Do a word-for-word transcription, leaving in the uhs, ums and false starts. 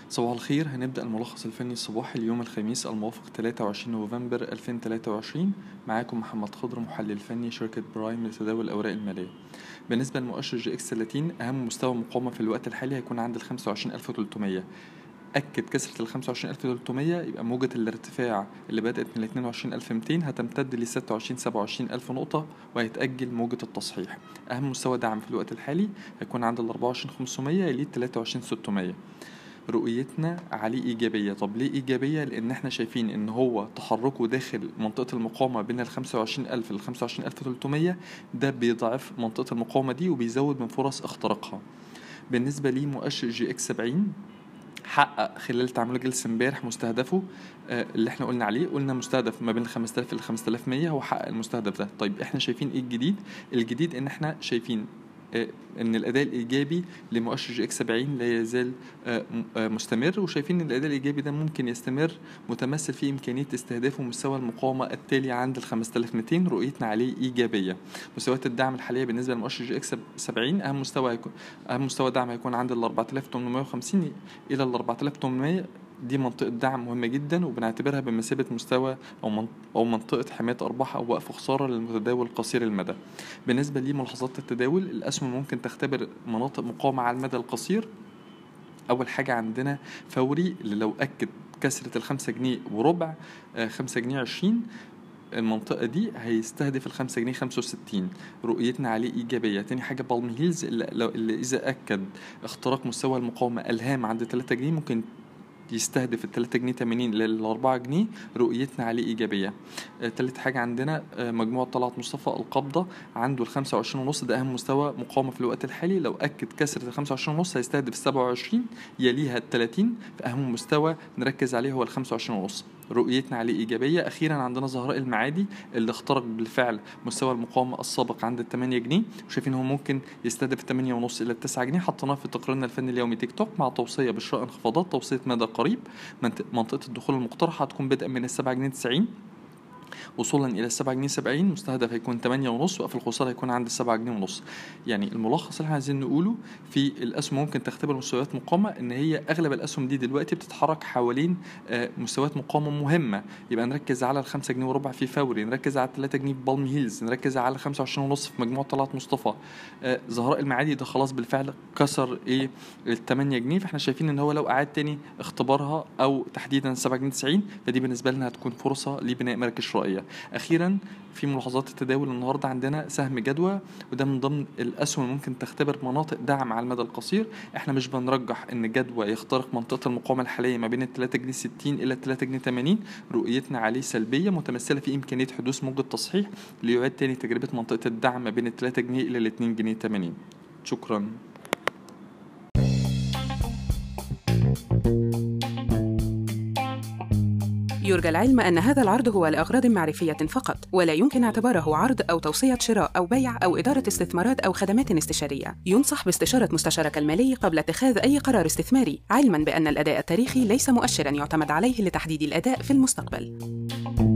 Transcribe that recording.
صباح الخير. هنبدأ الملخص الفني الصباحي اليوم الخميس الموافق ثلاثة وعشرين نوفمبر ألفين وثلاثة وعشرين. معاكم محمد خضر، محلل فني شركة برايم لتداول الأوراق المالية. بالنسبة لمؤشر جي اكس ثلاثين، أهم مستوى مقاومة في الوقت الحالي هيكون عند ال خمسة وعشرين ألف وثلاثمية. أكد كسرة ال خمسة وعشرين ألف وثلاثمية، يبقى موجة الارتفاع اللي بدأت من اثنين وعشرين ألف ومئتين هتمتد ل ستة وعشرين سبعة وعشرين ألف نقطة، وهيتأجل موجة التصحيح. أهم مستوى دعم في الوقت الحالي هيكون عند ال أربعة وعشرين خمسمية يليه ثلاثة وعشرين ستمية. رؤيتنا عليه إيجابية. طب ليه إيجابية؟ لأن احنا شايفين إن هو تحركه داخل منطقة المقاومة بين ال خمسة وعشرين ألف ل خمسة وعشرين ألف وثلاثمية، ده بيضعف منطقة المقاومة دي وبيزود من فرص اختراقها. بالنسبة لي مؤشر جي اكس سبعين حقق خلال تعامل جلسة امبارح مستهدفه آه اللي احنا قلنا عليه، قلنا مستهدف ما بين خمسة آلاف ل خمسة آلاف ومية، هو حقق المستهدف ده. طيب احنا شايفين ايه الجديد؟ الجديد ان احنا شايفين آه ان الاداء الايجابي لمؤشر جي اكس سبعين لا يزال آه آه مستمر، وشايفين ان الاداء الايجابي ده ممكن يستمر، متمثل في امكانيه استهداف مستوى المقاومه التالي عند ال خمسة آلاف ومئتين. رؤيتنا عليه ايجابيه. مستويات الدعم الحاليه بالنسبه لمؤشر جي اكس سبعين، اهم مستوى هيكون اهم مستوى دعم هيكون عند ال أربعة آلاف وثمانمية وخمسين الى ال أربعة آلاف وثمانمية. دي منطقة دعم مهمة جدا، وبنعتبرها بمثابة مستوى أو أو منطقة حماية أرباح أو وقف خسارة للمتداول قصير المدى. بالنسبة لملاحظات التداول، الأسهم ممكن تختبر مناطق مقاومة على المدى القصير. أول حاجة عندنا فوري، اللي لو أكد كسرة الخمسة جنيه وربع، خمسة جنيه عشرين، المنطقة دي هيستهدف الخمسة جنيه خمسة وستين. رؤيتنا عليه إيجابية. تاني حاجة بالم هيلز، اللي, اللي إذا أكد اختراق مستوى المقاومة ألهام عند ثلاثة جنيه، ممكن يستهدف الثلاثة جنيه تمانين للأربعة جنيه. رؤيتنا عليه إيجابية. آه، تالت حاجة عندنا آه، مجموعة طلعت مصطفى القبضة عنده الخمسة وعشرين ونص، ده أهم مستوى مقاومة في الوقت الحالي. لو أكد كسرة الخمسة وعشرين ونص هيستهدف السبعة وعشرين، يليها التلاتين. فأهم مستوى نركز عليه هو الخمسة وعشرين ونص. رؤيتنا عليه إيجابية. أخيرا عندنا زهراء المعادي، اللي اخترق بالفعل مستوى المقاومة السابق عند الثمانية جنيه، وشايفين هو ممكن يستهدف الثمانية ونص إلى التسعة جنيه. حطيناه في تقريرنا الفني اليومي تيك توك مع توصية بشراء انخفاضات، توصية مدى قريب. منطقة الدخول المقترحة هتكون بدءا من السبعة جنيه تسعين وصولا الى السبعة جنيه سبعين. مستهدف هيكون تمانية ونص، وقف الخسارة هيكون عند السبعة جنيه ونص. يعني الملخص اللي احنا عايزين نقوله في الاسهم، ممكن تختبر مستويات مقاومة، ان هي اغلب الاسهم دي دلوقتي بتتحرك حوالين آه مستويات مقاومة مهمة. يبقى نركز على الخمسة جنيه وربع في فوري، نركز على الثلاثة جنيه في بالم هيلز، نركز على الخمسة وعشرين ونص في مجموعة طلعت مصطفى. آه زهراء المعادي ده خلاص بالفعل كسر ايه الثمانية جنيه، فاحنا شايفين ان هو لو قعد تاني اختبارها او تحديدا السبعة جنيه تسعين، فدي بالنسبة لنا هتكون فرصة لبناء مراكز شرائية. اخيرا في ملاحظات التداول، النهارده عندنا سهم جدوى، وده من ضمن الاسهم ممكن تختبر مناطق دعم على المدى القصير. احنا مش بنرجح ان جدوى يخترق منطقه المقاومه الحاليه ما بين ال ثلاثة جنيه ستين الى ال ثلاثة جنيه ثمانين. رؤيتنا عليه سلبيه، متمثله في امكانيه حدوث موجه تصحيح ليعيد تاني تجربه منطقه الدعم ما بين ال ثلاثة جنيه الى ال اثنين جنيه ثمانين. شكرا. يرجى العلم أن هذا العرض هو لأغراض معرفية فقط، ولا يمكن اعتباره عرض أو توصية شراء أو بيع أو إدارة استثمارات أو خدمات استشارية. ينصح باستشارة مستشارك المالي قبل اتخاذ أي قرار استثماري، علماً بأن الأداء التاريخي ليس مؤشراً يعتمد عليه لتحديد الأداء في المستقبل.